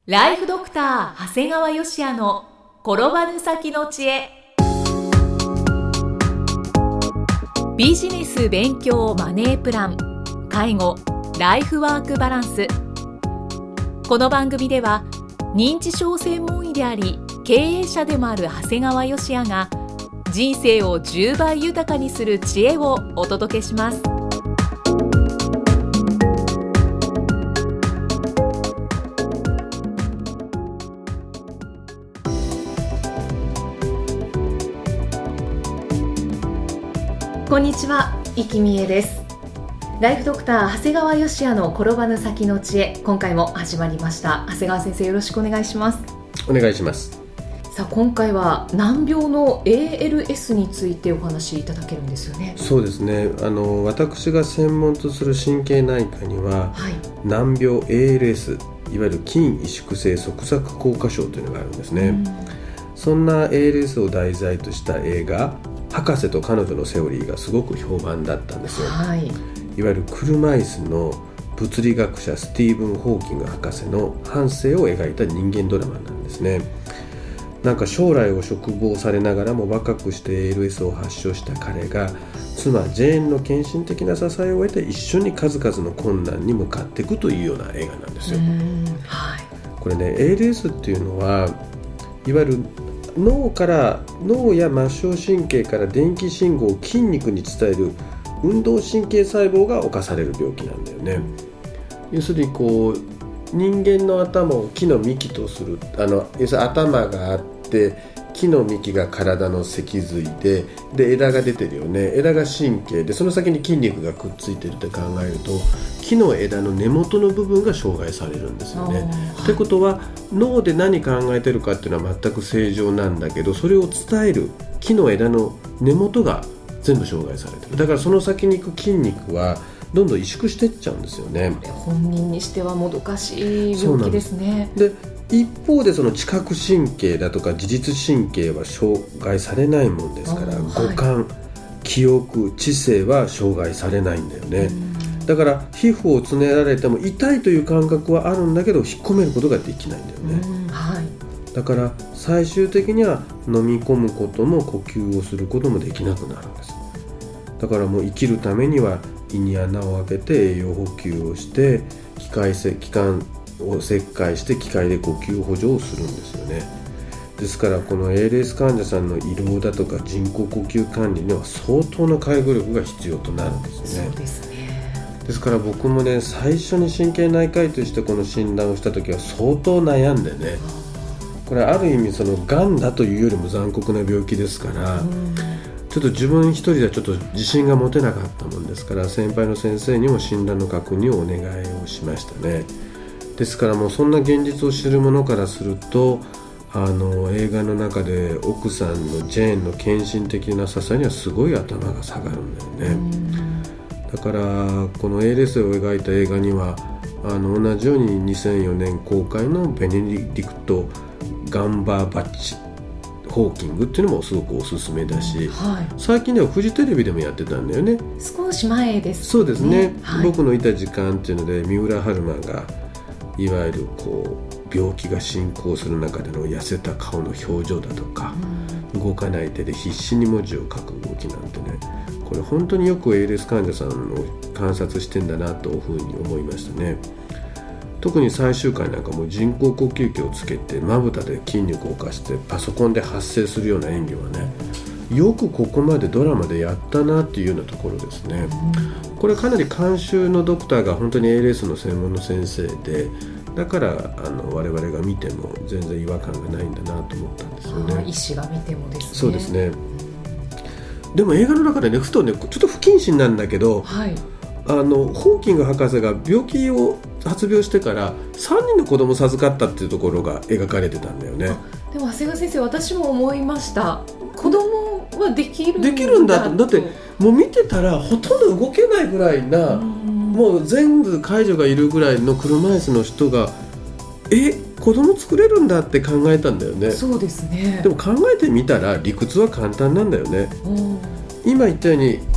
ライフドクター長谷川芳也の転ばぬ先の知恵。ビジネス勉強マネープラン、介護、ライフワークバランス。この番組では認知症専門医であり経営者でもある長谷川芳也が人生を10倍豊かにする知恵をお届けします。こんにちは、生きみえです。ライフドクター長谷川芳也の転ばぬ先の知恵、今回も始まりました。長谷川先生、よろしくお願いします。 お願いします。 さあ、今回は難病の ALS についてお話しいただけるんですよね。 そうですね、私が専門とする神経内科には、難病 ALS、いわゆる筋萎縮性側索硬化症というのがあるんですね。そんな ALS を題材とした映画、博士と彼女のセオリーがすごく評判だったんですよ。いわゆる車椅子の物理学者スティーブン・ホーキング博士の半生を描いた人間ドラマなんですね。なんか将来を嘱望されながらも若くして ALS を発症した彼が妻ジェーンの献身的な支えを得て一緒に数々の困難に向かっていくというような映画なんですよ。これね、 ALS っていうのはいわゆる脳や末梢神経から電気信号を筋肉に伝える運動神経細胞が侵される病気なんだよね。要するに人間の頭を木の幹とする、要するに頭があって木の幹が体の脊髄で枝が出てるよね。枝が神経で、その先に筋肉がくっついてるって考えると木の枝の根元の部分が障害されるんですよね。ってことは脳で何考えてるかっていうのは全く正常なんだけど、それを伝える木の枝の根元が全部障害されてる。だからその先に行く筋肉はどんどん萎縮していっちゃうんですよね。 本人にしてはもどかしい病気ですね。 で一方でその知覚神経だとか自律神経は障害されないもんですから、五感、記憶、知性は障害されないんだよね。だから皮膚をつねられても痛いという感覚はあるんだけど引っ込めることができないんだよね。だから最終的には飲み込むことも呼吸をすることもできなくなるんです。だからもう生きるためには胃に穴を開けて栄養補給をして気管を切開して機械で呼吸補助をするんですよね。ですからこの ALS 患者さんの胃ろうだとか人工呼吸管理には相当な介護力が必要となるんですよね。 そうですね。 ですから僕もね、最初に神経内科医としてこの診断をした時は相当悩んでね、これある意味そのがんだというよりも残酷な病気ですから、ちょっと自分一人ではちょっと自信が持てなかったもんですから、先輩の先生にも診断の確認をお願いをしましたね。ですからもうそんな現実を知る者からすると、映画の中で奥さんのジェーンの献身的な支えにはすごい頭が下がるんだよね。だからこの ALS を描いた映画には同じように2004年公開のベネディクト・ガンバーバッチホーキングっていうのもすごくおすすめだし、最近ではフジテレビでもやってたんだよね。 少し前ですね。 そうですね、僕のいた時間っていうので三浦春馬がいわゆる病気が進行する中での痩せた顔の表情だとか、動かない手で必死に文字を書く動きなんてね、これ本当によく ALS 患者さんを観察してんだなというふうに思いましたね。特に最終回なんかも人工呼吸器をつけてまぶたで筋肉を動かしてパソコンで発声するような演技はね、よくここまでドラマでやったなっていうようなところですね。これかなり監修のドクターが本当に ALS の専門の先生で、だから我々が見ても全然違和感がないんだなと思ったんですよね。 医師が見てもですね。 そうですね。でも映画の中でね、ふとね、ちょっと不謹慎なんだけど、ホーキング博士が病気を発病してから3人の子供を授かったっていうところが描かれてたんだよね。 でも長谷川先生、私も思いました。子供はできるんだと。だってもう見てたらほとんど動けないぐらいな、もう全部介助がいるぐらいの車椅子の人が子供作れるんだって考えたんだよね。 そうですね。 でも考えてみたら理屈は簡単なんだよね。今言ったように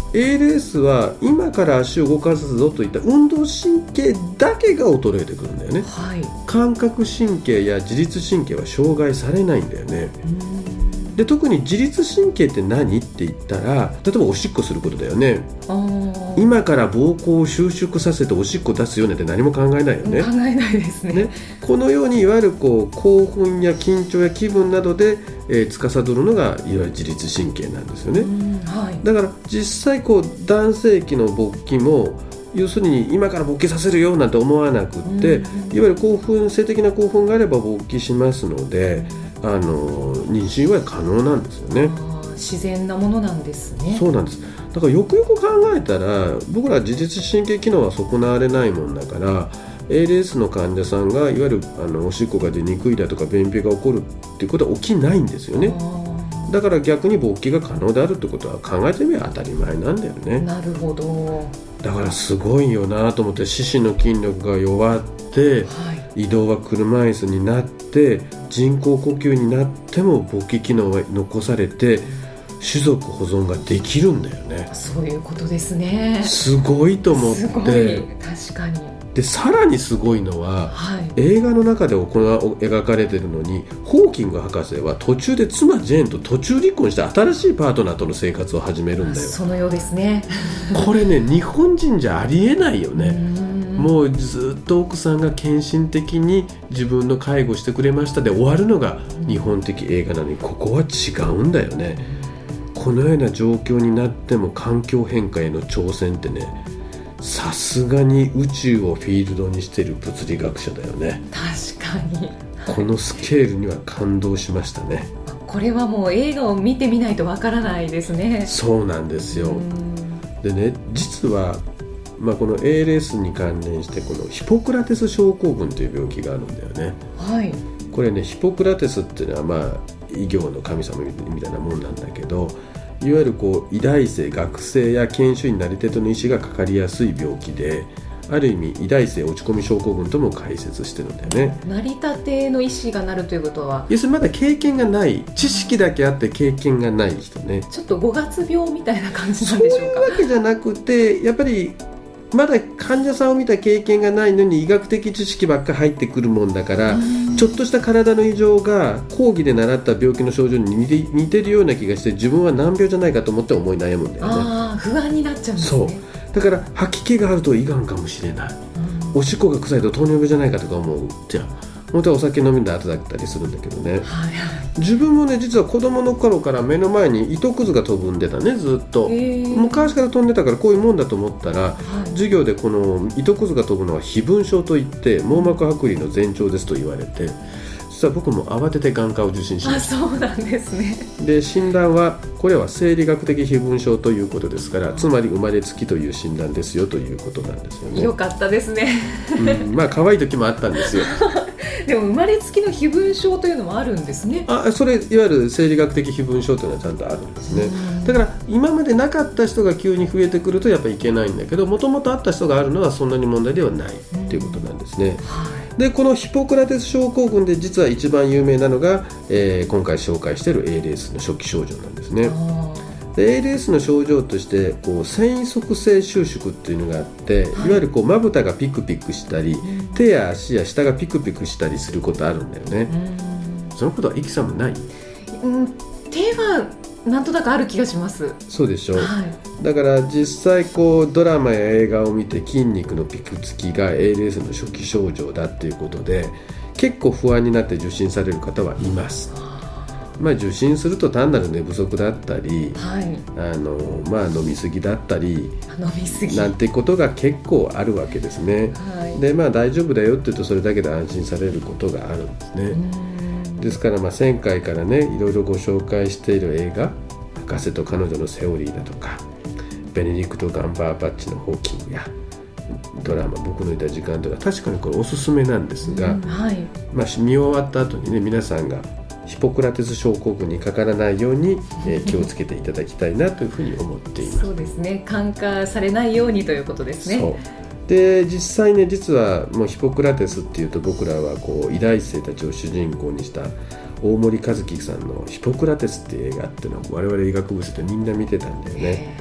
ALS は今から足を動かすぞといった運動神経だけが衰えてくるんだよね、 はい、 感覚神経や自律神経は障害されないんだよね。で特に自律神経って何って言ったら、例えばおしっこすることだよね。今から膀胱を収縮させておしっこ出すよねって何も考えないよね。 考えないですね。 このようにいわゆる興奮や緊張や気分などで、司るのがいわゆる自律神経なんですよね、はい、だから実際男性器の勃起も要するに今から勃起させるよなんて思わなくって、いわゆる性的な興奮があれば勃起しますので、妊娠は可能なんですよね。 自然なものなんですね。 そうなんです。だからよくよく考えたら、僕ら自律神経機能は損なわれないもんだから、ALS の患者さんがいわゆるおしっこが出にくいだとか便秘が起こるっていうことは起きないんですよね。だから逆に勃起が可能であるってことは考えてみれば当たり前なんだよね。 なるほど。 だからすごいよなと思って、四肢の筋力が弱って、移動は車椅子になって人工呼吸になっても勃起機能は残されて種族保存ができるんだよね。 そういうことですね。 すごいと思って。 すごい、確かに。 でさらにすごいのは、映画の中で描かれているのに、ホーキング博士は途中で妻ジェーンと途中離婚して新しいパートナーとの生活を始めるんだよ。 そのようですね。 これね、日本人じゃありえないよね。もうずっと奥さんが献身的に自分の介護してくれましたで終わるのが日本的映画なのに、ここは違うんだよね。このような状況になっても環境変化への挑戦ってね、さすがに宇宙をフィールドにしている物理学者だよね。 確かに。 このスケールには感動しましたね。 これはもう映画を見てみないとわからないですね。 そうなんですよ。でね、実はこの ALS に関連してこのヒポクラテス症候群という病気があるんだよね。 はい。 これね、ヒポクラテスっていうのは医業の神様みたいなもんなんだけど、いわゆる医大生、学生や研修医なり手との医師がかかりやすい病気で、ある意味医大生落ち込み症候群とも解説してるんだよね。 なりたての医師がなるということは、 要するにまだ経験がない、知識だけあって経験がない人ね。 ちょっと5月病みたいな感じなんでしょうか。 そういうわけじゃなくて、やっぱりまだ患者さんを見た経験がないのに医学的知識ばっか入ってくるもんだから、ちょっとした体の異常が講義で習った病気の症状に似てるような気がして、自分は難病じゃないかと思って思い悩むんだよね。 不安になっちゃうんですね。 そうだから吐き気があると胃がんかもしれない、おしっこが臭いと糖尿病じゃないかとか思うじゃん。本当はお酒飲みだ後だったりするんだけどね、自分もね、実は子供の頃から目の前に糸くずが飛ぶんでたね、ずっと。昔から飛んでたからこういうもんだと思ったら、授業でこの糸くずが飛ぶのは飛蚊症といって網膜剥離の前兆ですと言われて、実は僕も慌てて眼科を受診しました。 そうなんですね。 で診断はこれは生理学的飛蚊症ということですから、つまり生まれつきという診断ですよということなんですよね。 よかったですね。 可愛い時もあったんですよ。 でも生まれつきの飛蚊症というのもあるんですね。 それいわゆる生理学的飛蚊症というのはちゃんとあるんですね。だから今までなかった人が急に増えてくるとやっぱりいけないんだけど、もともとあった人があるのはそんなに問題ではないということなんですね。でこのヒポクラテス症候群で実は一番有名なのが、今回紹介している ALS の初期症状なんですね。で ALS の症状として繊維側性収縮っていうのがあって、いわゆるまぶたがピクピクしたり、手や足や下がピクピクしたりすることあるんだよね。そのことはイキさんもない？ 手はなんとなくある気がします。 そうでしょう、だから実際ドラマや映画を見て筋肉のピクつきが ALS の初期症状だっていうことで結構不安になって受診される方はいます。受診すると単なる寝不足だったり、飲み過ぎだったりなんてことが結構あるわけですね。で大丈夫だよって言うとそれだけで安心されることがあるんですね。ですから前回からねいろいろご紹介している映画博士と彼女のセオリーだとか、ベネディクト・ガンバーバッチのホーキングやドラマ僕のいた時間というのは確かにこれおすすめなんですが、見終わった後にね皆さんがヒポクラテス症候群にかからないように、気をつけていただきたいなというふうに思っています。 そうですね、感化されないようにということですね。 そうで実際ね、実はもうヒポクラテスっていうと僕らは医大生たちを主人公にした大森一樹さんのヒポクラテスっていう映画っていうのを我々医学部生ってみんな見てたんだよね。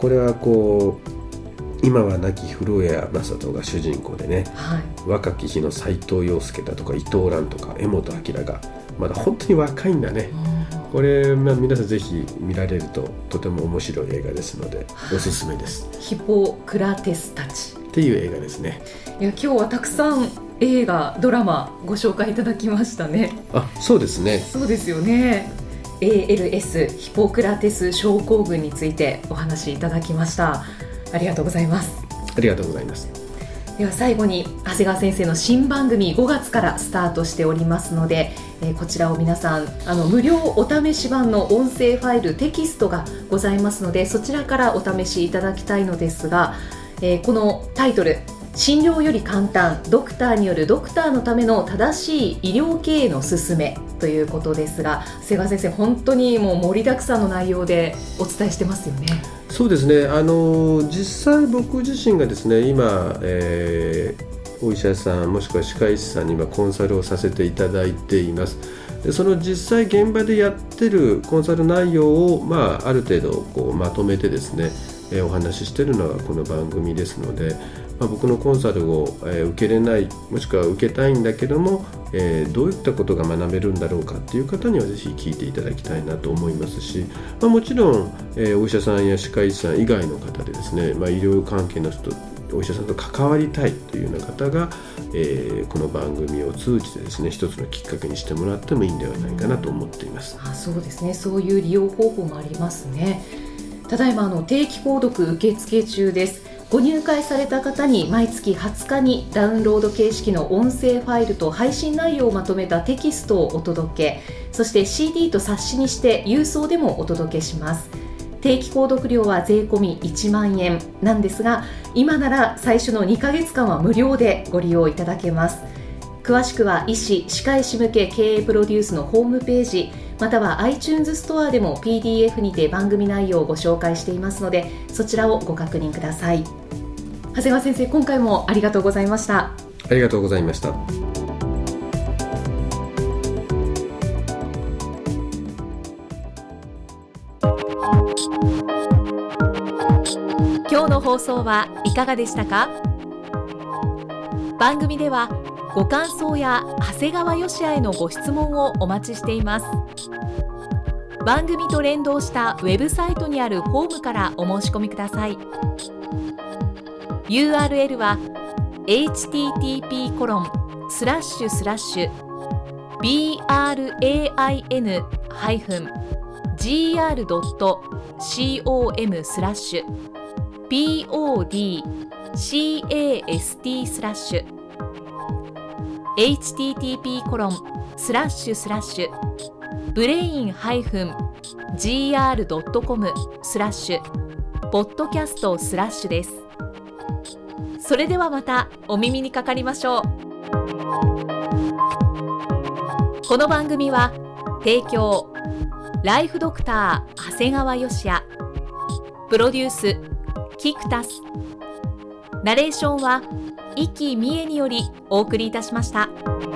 これは今は亡き古谷正人が主人公でね、若き日の斉藤洋介だとか伊藤蘭とか柄本明がまだ本当に若いんだね。これ、皆さんぜひ見られるととても面白い映画ですので、おすすめです。 ヒポクラテスたちっていう映画ですね。 いや、今日はたくさん映画ドラマご紹介いただきましたね。 そうですね。 そうですよね。ALS ヒポクラテス症候群についてお話しいただきました。ありがとうございます。 ありがとうございます。 では最後に長谷川先生の新番組5月からスタートしておりますので、こちらを皆さん無料お試し版の音声ファイルテキストがございますので、そちらからお試しいただきたいのですが、このタイトル、診療より簡単、ドクターによるドクターのための正しい医療経営の勧めということですが、長谷川先生、本当にもう盛りだくさんの内容でお伝えしてますよね。 そうですね。実際僕自身がですね、今、お医者さんもしくは歯科医師さんに今コンサルをさせていただいています。でその実際現場でやってるコンサル内容を、ある程度まとめてですね、お話ししているのがこの番組ですので、僕のコンサルを、受けれない、もしくは受けたいんだけども、どういったことが学べるんだろうかっていう方にはぜひ聞いていただきたいなと思いますし、もちろん、お医者さんや歯科医師さん以外の方でですね、医療関係の人、お医者さんと関わりたいというような方が、この番組を通じてですね、一つのきっかけにしてもらってもいいんではないかなと思っています。 そうですね。そういう利用方法もありますね。ただいま定期購読受付中です。ご入会された方に毎月20日にダウンロード形式の音声ファイルと配信内容をまとめたテキストをお届け、そして CD と冊子にして郵送でもお届けします。定期購読料は税込み1万円なんですが、今なら最初の2ヶ月間は無料でご利用いただけます。詳しくは医師・歯科医師向け経営プロデュースのホームページ、または iTunes ストアでも PDF にて番組内容をご紹介していますので、そちらをご確認ください。長谷川先生、今回もありがとうございました。 ありがとうございました。 今日の放送はいかがでしたか？番組ではご感想や長谷川芳也へのご質問をお待ちしています。番組と連動したウェブサイトにあるフォームからお申し込みください。URL は brain-podcast.com/podcast/podcast です。それではまたお耳にかかりましょう。この番組は提供ライフドクター長谷川芳也、プロデュースキクタス、ナレーションは生きみえによりお送りいたしました。